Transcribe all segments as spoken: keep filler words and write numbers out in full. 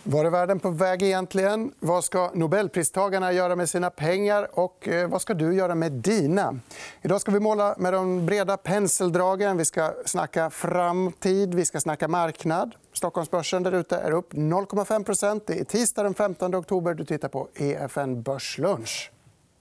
Var är världen på väg egentligen? Vad ska Nobelpristagarna göra med sina pengar? Och vad ska du göra med dina? Idag ska vi måla med de breda penseldragen. Vi ska snacka framtid, vi ska snacka marknad. Stockholmsbörsen där ute är upp noll komma fem procent. Det är tisdag den femtonde oktober. Du tittar på E F N Börslunch.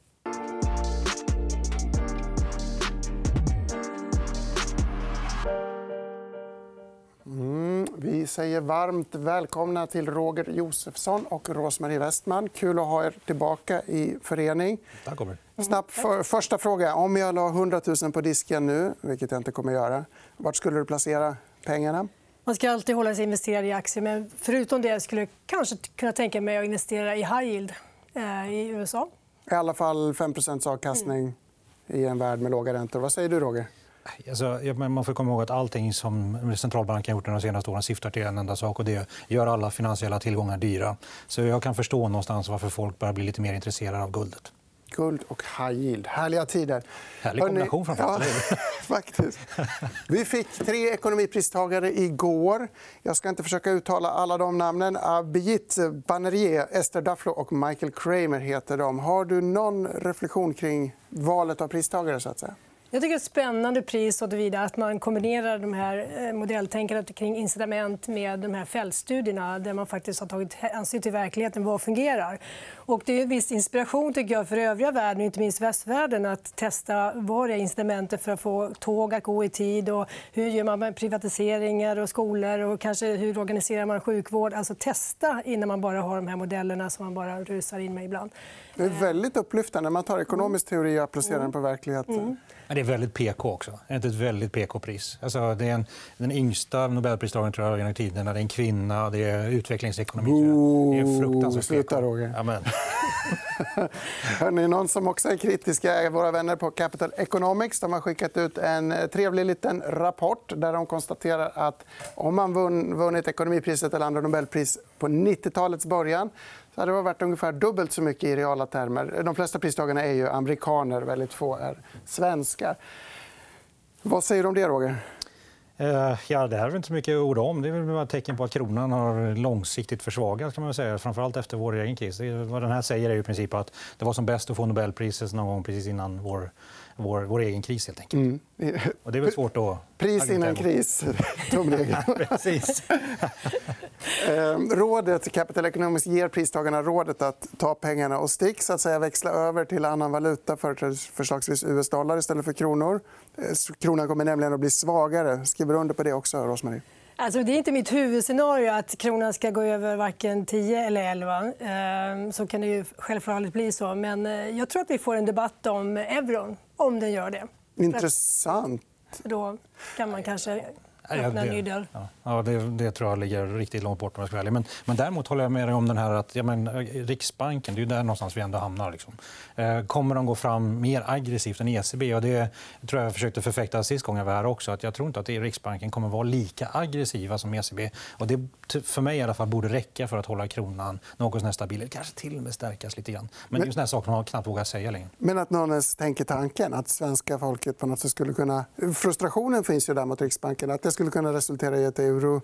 Mm, vi säger varmt välkomna till Roger Josefsson och Rosmarie Westman. Kul att ha er tillbaka i förening. Tack, Robert. Snabb för, första fråga. Om jag la hundra tusen på disken nu, vilket jag inte kommer att göra, vart skulle du placera pengarna? Man ska alltid hålla sig investerad i aktier. Men förutom det skulle jag kanske kunna tänka mig att investera i high yield eh, i U S A. I alla fall fem procent avkastning mm. i en värld med låga räntor. Vad säger du, Roger? Alltså, man får komma ihåg att allting som centralbanken har gjort de senaste åren syftar till en enda sak. Och det gör alla finansiella tillgångar dyra. Så jag kan förstå någonstans varför folk börjar bli lite mer intresserade av guldet. Guld och high yield. Härliga tider. Härlig kombination framför allt. Ja, faktiskt. Vi fick tre ekonomipristagare igår. Jag ska inte försöka uttala alla de namnen. Abhijit Banerjee, Esther Duflo och Michael Kramer heter de. Har du någon reflektion kring valet av pristagare, så att säga? Jag tycker det är ett spännande pris och vidare att man kombinerar de här modelltänkandet kring incitament med de här fältstudierna där man faktiskt har tagit hänsyn till verkligheten. Vad fungerar? Och det är en viss inspiration tycker jag för övriga världen, inte minst västvärlden, att testa vad är incitamenter för att få tåg att gå i tid och hur gör man med privatiseringar och skolor och kanske hur organiserar man sjukvård. Alltså testa innan man bara har de här modellerna som man bara rusar in med ibland. Det är väldigt upplyftande. Man tar ekonomisk teori och applicerar den på verkligheten. Mm. Men det är väldigt P K också. Det är ett väldigt P K-pris. Alltså, det är en, den yngsta Nobelpristagaren tror jag genom tiderna. Det är en kvinna, det är utvecklingsekonomi. Oh, det är fruktansvärt sluta, Roger. Amen. Hörrni, någon som också är kritiska är våra vänner på Capital Economics. De har skickat ut en trevlig liten rapport där de konstaterar att om man vunnit ekonomipriset eller andra Nobelpris på nittiotalets början så hade det varit ungefär dubbelt så mycket i reala termer. De flesta pristagarna är ju amerikaner, väldigt få är svenskar. Vad säger du om det, Roger? Ja, det här är inte så mycket ord om. Det är väl ett tecken på att kronan har långsiktigt försvagats, kan man säga, framförallt efter vår egen kris. Vad den här säger är ju i princip att det var som bäst att få Nobelpriset någon gång precis innan vår Vår, vår egen kris, helt enkelt. Mm. Och det är väl svårt att... Pris innan kris. Precis. Rådet, Capital Economics ger pristagarna rådet att ta pengarna och stick, så att säga, växla över till annan valuta, för förslagsvis U S-dollar istället för kronor. Kronan kommer nämligen att bli svagare. Skriver du under på det också, Rosmarie? Alltså, det är inte mitt huvudscenario att kronan ska gå över varken tio eller elva. Så kan det ju självklart bli så. Men jag tror att vi får en debatt om euron, om den gör det. Intressant. Då kan man kanske öppna en ny dörr. Ja, det, det tror jag ligger riktigt långt bort. Om jag ska välja. Men, men däremot håller jag med dig om den här att ja, men, Riksbanken, det är där någonstans vi ändå hamnar. Liksom. Eh, kommer de gå fram mer aggressivt än E C B? Och det tror jag försökte förfäkta sist gången jag var här också. Att jag tror inte att Riksbanken kommer vara lika aggressiva som E C B. Och det för mig i alla fall borde räcka för att hålla kronan något sån stabil. Kanske till och med stärkas lite grann. Men, men just den här saken har knappt vågat säga längre. Men att någon ens tänker tanken att svenska folket på något sätt skulle kunna... Frustrationen finns ju där mot Riksbanken. Att det skulle kunna resultera i ett euro...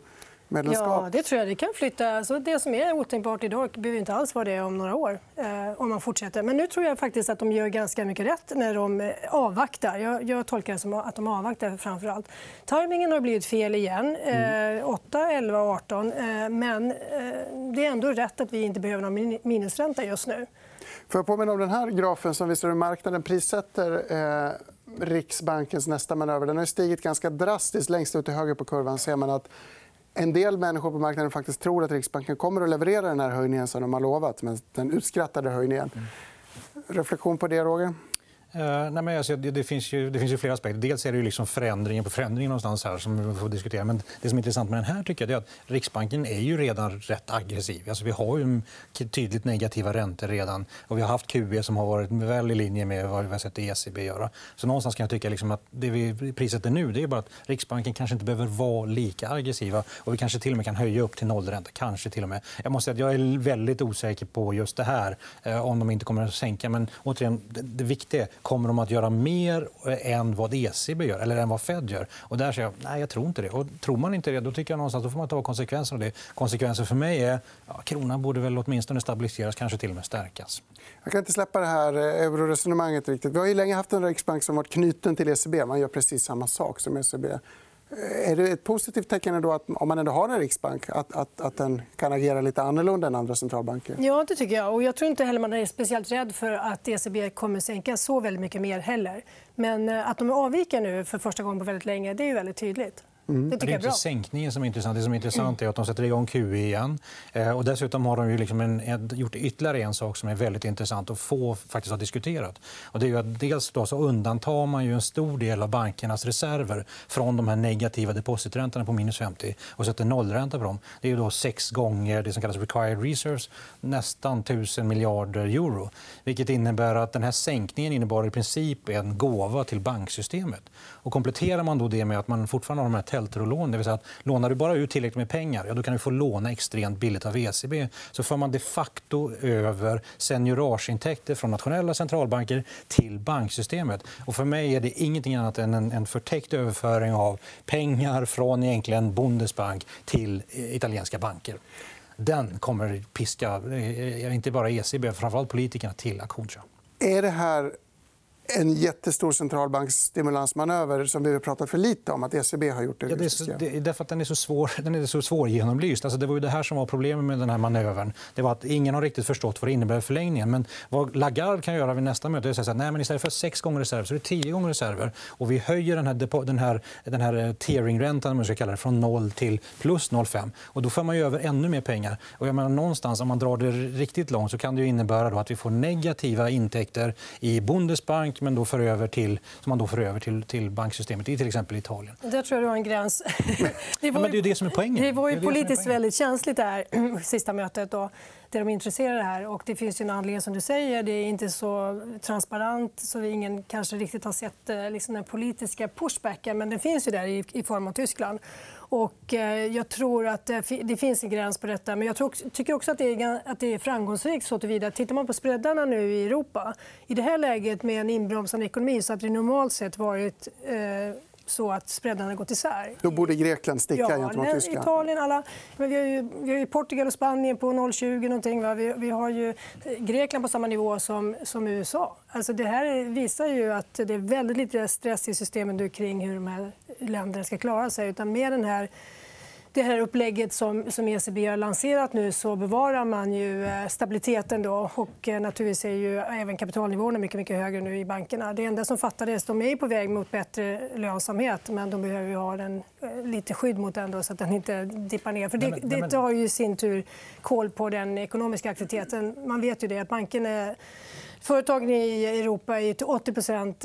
Ja, det tror jag. Det kan flytta. Alltså, det som är otänkbart idag behöver inte alls vara det om några år eh, om man fortsätter. Men nu tror jag faktiskt att de gör ganska mycket rätt när de avvaktar. Jag, jag tolkar det som att de avvaktar framför allt. Timingen har blivit fel igen. Eh, åtta, elva, arton. Eh, men eh, det är ändå rätt att vi inte behöver någon minusränta just nu. Får jag påminna om den här grafen som visar hur marknaden prissätter eh, Riksbankens nästa manöver. Den har stigit ganska drastiskt. Längst ut till höger på kurvan ser man att en del människor på marknaden faktiskt tror att Riksbanken kommer att leverera den här höjningen som de har lovat, men den utskrattade höjningen. Reflektion på det, Roger? Uh, nej, men alltså, det, det, finns ju, det finns ju flera aspekter. Dels är det ju liksom förändringen på förändringen någonstans här som vi får diskutera. Men det som är intressant med den här tycker jag är att Riksbanken är ju redan rätt aggressiv. Alltså, vi har ju tydligt negativa räntor redan och vi har haft Q E som har varit väl i linje med vad vi har sett E C B göra. Så någonstans kan jag tycka liksom att det vi prissätter nu det är bara att Riksbanken kanske inte behöver vara lika aggressiva och vi kanske till och med kan höja upp till nollränta. Kanske till och med. Jag måste säga att jag är väldigt osäker på just det här eh, om de inte kommer att sänka. Men återigen, det, det viktiga är kommer de att göra mer än vad E C B gör eller än vad Fed gör? Och där säger jag, nej, jag tror inte det. Och tror man inte det, då tycker jag någonstans, då får man ta konsekvenser av det. Konsekvenser för mig är, ja, kronan borde väl åtminstone stabiliseras, kanske till och med stärkas. Jag kan inte släppa det här euroresonemanget riktigt. Vi har ju länge haft en riksbank som varit knuten till E C B. Man gör precis samma sak som E C B. Är det ett positivt tecken då att om man ändå har en riksbank att, att, att den kan agera lite annorlunda än andra centralbanker? Ja, det tycker jag. Och jag tror inte heller man är speciellt rädd för att E C B kommer sänka så väldigt mycket mer heller. Men att de avviker nu för första gången på väldigt länge, det är ju väldigt tydligt. Mm. Det, det är inte sänkningen som är intressant. Det som är intressant är att de sätter igång Q E igen. Eh, och dessutom har de ju liksom en, en, gjort ytterligare en sak som är väldigt intressant och få faktiskt har diskuterat. Och det är ju att dels då så undantar man ju en stor del av bankernas reserver från de här negativa depositräntorna på minus femtio och sätter nollränta på dem. Det är ju då sex gånger det som kallas required reserves, nästan tusen miljarder euro. Vilket innebär att den här sänkningen innebar i princip en gåva till banksystemet. Och kompletterar man då det med att man fortfarande har de här tälterolån, det vill säga att lånar du bara ut tillräckligt med pengar, ja, då kan du få låna extremt billigt av E C B. Så får man de facto över seniorageintäkter från nationella centralbanker till banksystemet. Och för mig är det ingenting annat än en, en förtäckt överföring av pengar från egentligen Bundesbank till italienska banker. Den kommer piska inte bara E C B, framförallt politikerna till aktionsköp. Är det här en jättestor centralbanksstimulansmanöver som vi har pratat för lite om att E C B har gjort det? Ja, det är så, det är därför att den är så svår, den är så svårgenomlyst. Alltså, det var ju det här som var problemet med den här manövern. Det var att ingen har riktigt förstått vad det innebär i förlängningen. Men vad Lagarde kan göra vid nästa möte är att säga att nej, men istället för sex gånger reserver så är det tio gånger reserver. Och vi höjer den här, depo- den här, den här tearingräntan, man ska kalla det, från noll till plus noll komma fem. Och då får man ju över ännu mer pengar. Och jag menar, någonstans, om man drar det riktigt långt så kan det ju innebära då att vi får negativa intäkter i Bundesbank, men då för över till, som man då för över till, till banksystemet i till exempel Italien. Där tror jag du har en gräns. Det, var ju, ja, men det är det som är poängen. Det var ju det politiskt väldigt känsligt där sista mötet då, där de är intresserade det här. Och det finns ju en anledning som du säger. Det är inte så transparent så ingen kanske riktigt har sett liksom, den politiska pushbacken. Men den finns ju där i, i form av Tyskland. Och, eh, jag tror att det, det finns en gräns på detta. Men jag tror, tycker också att det är, att det är framgångsrikt. Så tillvida. Tittar man på spreadarna nu i Europa, i det här läget med en inbromsande ekonomi så att det normalt sett varit eh, så att spreadarna gått isär. Då borde Grekland sticka ja, gentemot Tyskland. Italien, alla. Men vi har ju, vi har ju Portugal och Spanien på noll komma tjugo någonting. Va? Vi, vi har ju Grekland på samma nivå som, som U S A. Alltså det här visar ju att det är väldigt lite stress i systemet nu kring hur de här länderna ska klara sig. Utan med den här det här upplägget som, som E C B har lanserat nu så bevarar man ju stabiliteten då och naturligtvis är ju även kapitalnivåerna mycket, mycket högre nu i bankerna. Det enda som fattades, de är på väg mot bättre lönsamhet men de behöver ju ha en, lite skydd mot den då, så att den inte dippar ner. För det, nej, men, det har ju i sin tur koll på den ekonomiska aktiviteten. Man vet ju det att banken är Företagen i Europa är till åttio procent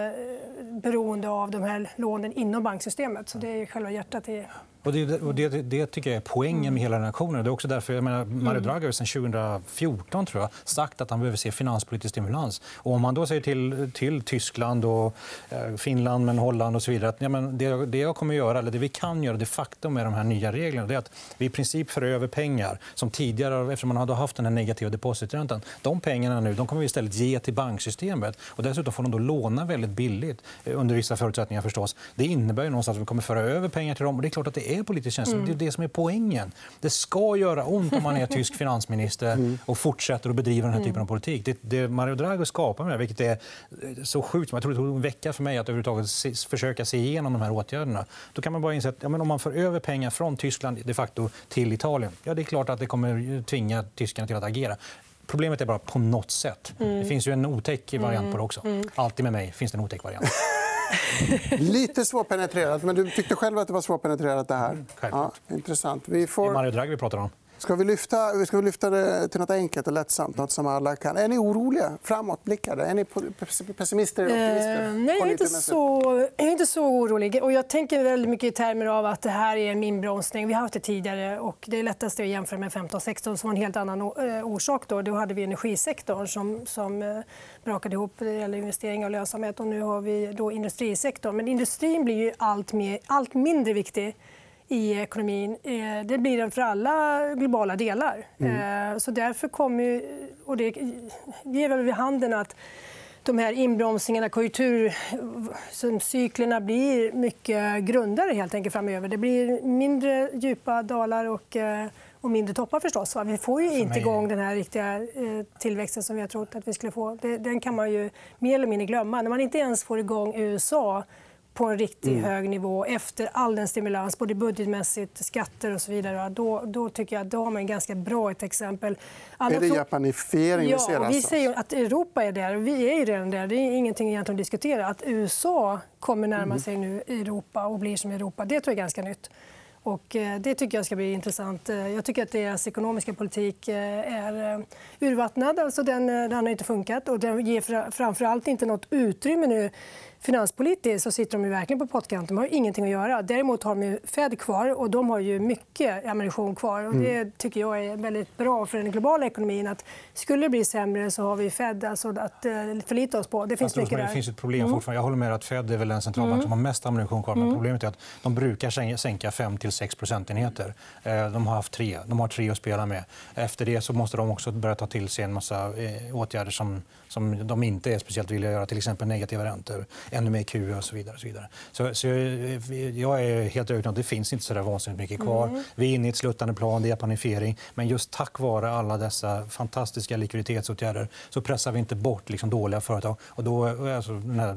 beroende av de här lånen inom banksystemet. Så det är själva hjärtat i... Och det, och det, det tycker jag är poängen med hela den här aktionen. Det är också därför jag menar, Mario Draghi har sedan tjugohundrafjorton tror jag, sagt att han behöver se finanspolitisk stimulans. Och om man då säger till, till Tyskland och eh, Finland, men Holland och så vidare att ja, men det, det jag kommer göra, eller det vi kan göra de facto med de här nya reglerna, det är att vi i princip för över pengar som tidigare, eftersom man hade haft den här negativa depositräntan. De pengarna nu, de kommer vi istället ge till banksystemet och dessutom får de då låna väldigt billigt under vissa förutsättningar förstås. Det innebär ju någonstans att vi kommer föra över pengar till dem och det är klart att det är politiskt känsligt. Mm. Det är det som är poängen. Det ska göra ont om man är tysk finansminister mm. och fortsätter att bedriva den här typen av politik. Det, det Mario Draghi skapar med det, vilket är så sjukt. Jag tror det tog en vecka för mig att överhuvudtaget se, försöka se igenom de här åtgärderna. Då kan man bara inse att ja, men om man för över pengar från Tyskland de facto till Italien, ja, det är klart att det kommer tvinga tyskarna till att agera. Problemet är bara på något sätt. Mm. Det finns ju en otäck variant på det också. Mm. Alltid med mig finns det en otäck variant. Lite svårpenetrerat, men du tyckte själv att det var svårpenetrerat det här. Ja, intressant. Vi får... Det är Mario Draghi vi pratar om. Ska vi lyfta, ska vi lyfta det till något enkelt och lättsamt, något som alla kan? Är ni oroliga, framåtblickade? Är ni pessimister eller optimister? Eh, nej, jag är, inte så, jag är inte så orolig. Och jag tänker väldigt mycket i termer av att det här är en inbromsning. Vi har haft det tidigare och det är lättast att jämföra med femton sexton som var en helt annan orsak. Då, då hade vi energisektorn som, som brakade ihop när det gäller investeringar och lönsamhet. Och nu har vi då industrisektorn. Men industrin blir ju allt, mer, allt mindre viktig i ekonomin. Det blir den för alla globala delar. Mm. Så därför kommer ju, och det ger väl vid handen att de här inbromsningarna, konjunkturcyklerna blir mycket grundare helt enkelt framöver. Det blir mindre djupa dalar och, och mindre toppar förstås. Vi får ju inte igång den här riktiga tillväxten som vi har trott att vi skulle få. Den kan man ju mer eller mindre glömma. När man inte ens får igång U S A på en riktigt mm. hög nivå efter all den stimulans, både budgetmässigt, skatter och så vidare, då, då tycker jag att då har man ett ganska bra ett exempel. Alla är det japanifiering ja, vi ser? Alltså? Vi säger att Europa är där, och vi är ju redan där. Det är ingenting egentligen att diskutera. Att U S A kommer närma mm. sig nu Europa och blir som Europa, det tror jag är ganska nytt. Och det tycker jag ska bli intressant. Jag tycker att deras ekonomiska politik är urvattnad. Alltså den, den har inte funkat. Och den ger framför allt inte något utrymme nu. Finanspolitiskt så sitter de ju verkligen på pottkanten. De har ingenting att göra. Däremot har de Fed kvar, och de har ju mycket ammunition kvar. Och det tycker jag är väldigt bra för den globala ekonomin. Att skulle det bli sämre så har vi Fed alltså att förlita oss på. Det finns mycket där. Det finns ett problem fortfarande. Jag håller med att Fed är väl den centralbank mm. som har mest ammunition kvar. Men mm. problemet är att de brukar sänka fem till sex procentenheter. De har haft tre. De har tre att spela med. Efter det så måste de också börja ta till sig en massa åtgärder som, som de inte är speciellt villiga att göra. Till exempel negativa räntor, ännu mer Q och så vidare. Och så vidare. Så, så jag är helt övertygad om att det finns inte så där vansinnigt mycket kvar. Mm. Vi är inne i ett sluttande plan, det är japanifiering. Men just tack vare alla dessa fantastiska likviditetsåtgärder så pressar vi inte bort liksom dåliga företag. Och då, alltså, här,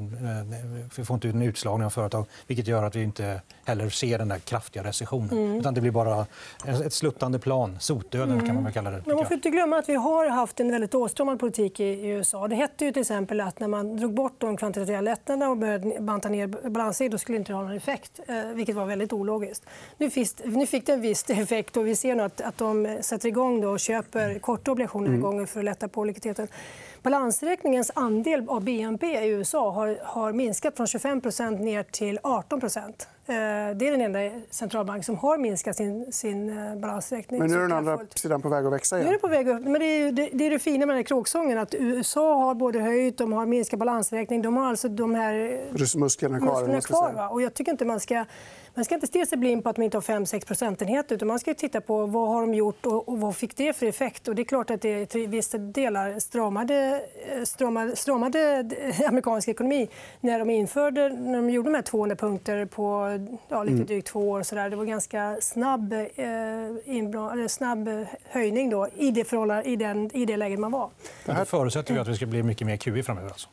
vi får inte ut en utslagning av företag, vilket gör att vi inte heller ser den där kraftiga recessionen. Mm. Utan det blir bara ett sluttande plan, sotdöden mm. kan man väl kalla det. Men man får inte glömma att vi har haft en väldigt åtstramad politik i U S A. Det hette ju till exempel att när man drog bort de kvantitativa lättnaderna och började banta ner balansen, då skulle det inte ha någon effekt, vilket var väldigt ologiskt. Nu fick, nu fick det en viss effekt, och vi ser nu att, att de sätter igång då och köper korta obligationer mm. gånger för att lätta på likviditeten. Balansräkningens andel av B N P i U S A har, har minskat från tjugofem procent ner till arton procent. Det är den enda centralbank som har minskat sin, sin balansräkning. Men nu är den andra sidan på väg att växa igen. Nu är det på väg upp. Men det är det, det, är det fina med den här kråksången, att U S A har både höjt, de har minskat balansräkning, de har alltså de här musklerna kvar. Musklerna kvar och jag tycker inte man ska Man ska inte stirra sig blind på att de inte har fem till sex procentenheter, utan man ska titta på vad har de gjort och vad fick det för effekt. Och det är klart att det till vissa delar stramade, stramade, stramade amerikansk ekonomi när de införde, när de gjorde de här tvåhundra punkter på ja, lite drygt två år. Så där. Det var ganska snabb, eh, inbra, eller snabb höjning då, i, det i, den, i det läget man var. Det här förutsätter vi att vi ska bli mycket mer Q I framöver. Alltså.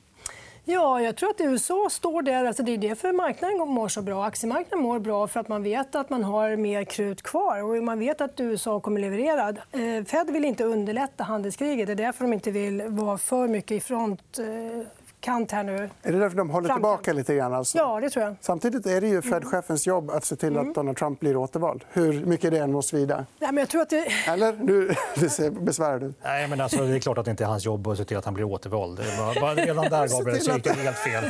Ja, jag tror att U S A står där. Alltså det är det för marknaden mår så bra. Aktiemarknaden mår bra för att man vet att man har mer krut kvar. Och man vet att U S A kommer leverera. Fed vill inte underlätta handelskriget. Det är därför de inte vill vara för mycket i front. Kant här nu. Är det därför de håller tillbaka lite grann? Alltså? Ja, det tror jag. Samtidigt är det ju Fed-chefens jobb att se till att Donald Trump blir återvald. Hur mycket det än må svida. Nej, men jag tror att det... Eller? Du, du ser besvärad ut. Nej, men alltså, det är klart att det inte är hans jobb att se till att han blir återvald. Bara, redan där Gabriel, så gick det helt fel.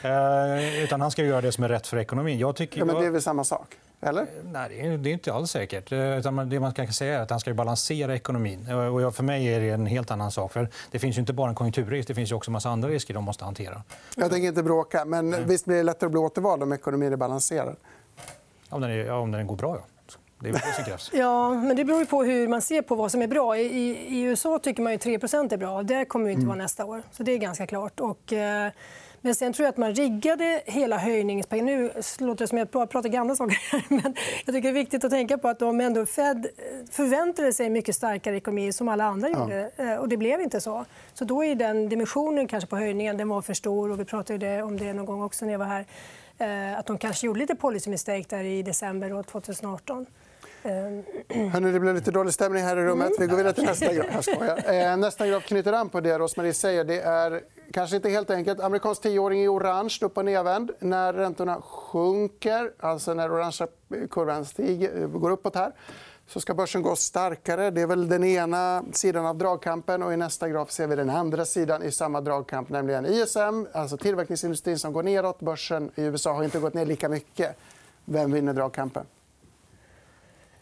Uh, utan han ska göra det som är rätt för ekonomin. Jag tycker... ja, men det är väl samma sak? Eller? Nej, det är inte alls säkert. Utan det man kan säga är att han ska balansera ekonomin. Och för mig är det en helt annan sak. För det finns ju inte bara en konjunkturrisk, det finns ju också en massa andra risker de måste hantera. Jag tänker inte bråka, men mm. visst blir det lättare att bli återvald om ekonomin är balanserad? Om den, är, ja, om den går bra, ja. Det är det som krävs. Ja, men det beror ju på hur man ser på vad som är bra. I, i U S A tycker man ju tre procent är bra. Det kommer det inte vara nästa år. Så det är ganska klart. Och, eh, men sen tror jag att man riggade hela höjningspengen. Nu låter det som att jag pratar gamla saker. Men jag tycker det är viktigt att tänka på att de ändå Fed förväntade sig mycket starkare ekonomi som alla andra gjorde. Ja. Och det blev inte så. Så då är den dimensionen kanske på höjningen, den var för stor. Och vi pratade om det någon gång också när jag var här. Att de kanske gjorde lite policy mistake där i december tjugoarton. Hörrni, det blev lite dålig stämning här i rummet. Vi går vidare till nästa graf. Jag skojar. Nästa graf knyter an på det Rosmarie säger. Det är kanske inte helt enkelt. Amerikansk tioåring i orange, upp och nedvänd. När räntorna sjunker, alltså när orangea kurvan stiger, går uppåt här, så ska börsen gå starkare. Det är väl den ena sidan av dragkampen. Och i nästa graf ser vi den andra sidan i samma dragkamp, nämligen I S M, alltså tillverkningsindustrin som går neråt. Börsen i U S A har inte gått ner lika mycket. Vem vinner dragkampen?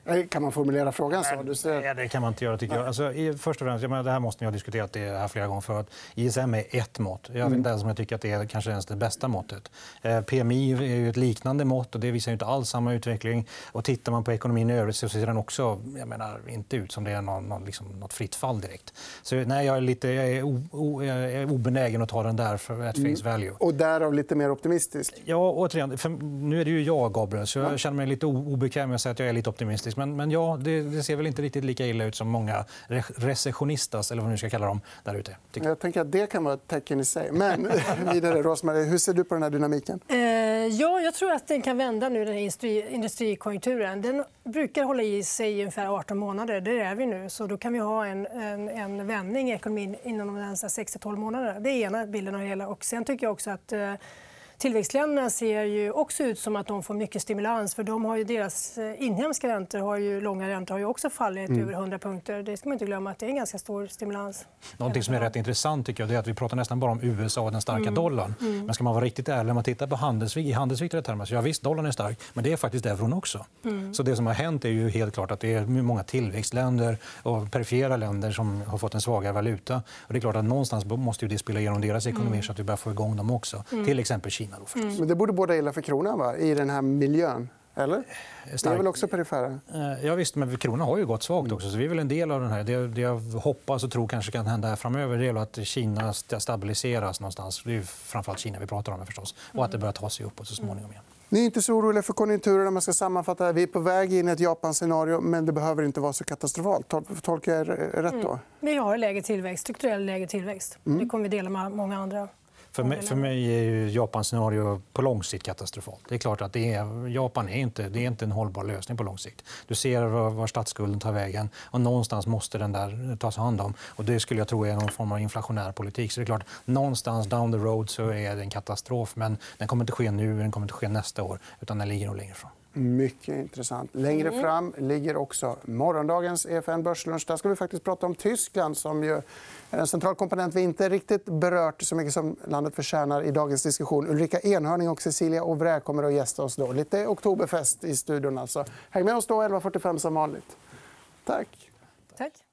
Kan man formulera frågan så? Du ser... Nej, det kan man inte göra, tycker jag. Alltså, i, först och främst, jag menar, det här måste ni ha diskuterat det här flera gånger förut. I S M är ett mått. Jag vet inte ens om jag tycker att det är kanske ens det bästa måttet. Eh, P M I är ju ett liknande mått och det visar ju inte alls samma utveckling. Och tittar man på ekonomin i övrigt så ser den också, jag menar, inte ut som det är någon, någon, liksom, något fritt fall direkt. Så nej, jag är lite jag är o, o, jag är obenägen att ta den där för ett face value. Mm. Och därav lite mer optimistisk? Ja, återigen, för nu är det ju jag, Gabriel, så jag känner mig lite obekväm med att säga att jag är lite optimistisk. Men, men ja, det, det ser väl inte riktigt lika illa ut som många re- recessionistas, eller vad man nu ska kalla dem, där ute. Jag tänker att det kan vara ett tecken i sig. Men vidare, Rosmarie, hur ser du på den här dynamiken? Eh, ja, jag tror att den kan vända nu, den här industri, industrikonjunkturen. Den brukar hålla i sig i ungefär arton månader. Det är vi nu. Så då kan vi ha en, en, en vändning i ekonomin inom de sex till tolv månaderna. Det är ena bilden av det hela. Och sen tycker jag också att eh, tillväxtländerna ser ju också ut som att de får mycket stimulans. För de har ju, deras inhemska räntor, har ju, långa räntor, har ju också fallit mm. över hundra punkter. Det ska man inte glömma, att det är en ganska stor stimulans. Någonting som är rätt intressant tycker jag, är att vi pratar nästan bara om U S A och den starka mm. dollarn. Mm. Men ska man vara riktigt ärlig, när man tittar på handelsvik, i handelsviktade termer, så ja, visst, dollarn är stark, men det är faktiskt euron också. Mm. Så det som har hänt är ju helt klart att det är många tillväxtländer och perifera länder som har fått en svagare valuta. Och det är klart att någonstans måste ju det spela igenom deras ekonomier mm. så att vi börjar få igång dem också. Mm. Till exempel Kina då, förstås. Mm. Men det borde båda illa för kronan, va? I den här miljön. Eller? Det är väl också perifera? Ja, visst, men kronan har ju gått svagt också. Så vi är väl en del av den här. Det, det jag hoppas och tror kanske kan hända här framöver, det är att Kina stabiliseras någonstans. Det är framförallt Kina vi pratar om förstås. Och att det börjar ta sig uppåt så småningom igen. Ni är inte så oroliga för konjunkturen om man ska sammanfatta. Vi är på väg in i ett Japan-scenario, men det behöver inte vara så katastrofalt. Tolkar jag rätt då? Mm. Vi har lägre tillväxt, strukturell lägre tillväxt. Mm. Det kommer vi dela med många andra. För mig, för mig är ju Japans scenario på lång sikt katastrofalt. Det är klart att det är, Japan är inte, det är inte en hållbar lösning på lång sikt. Du ser var, var statsskulden tar vägen och någonstans måste den där tas hand om. Och det skulle jag tro är någon form av inflationär politik. Så det är klart, någonstans down the road så är det en katastrof. Men den kommer inte ske nu, den kommer inte ske nästa år, utan den ligger nog längre fram. Mycket intressant. Längre fram ligger också morgondagens E F N-börslunch. Där ska vi faktiskt prata om Tyskland som ju är en central komponent vi inte riktigt berört så mycket som landet förtjänar i dagens diskussion. Ulrika Enhörning och Cecilia Auvray kommer att gästa oss då. Lite oktoberfest i studion. Alltså. Häng med oss då elva fyrtiofem som vanligt. Tack. Tack.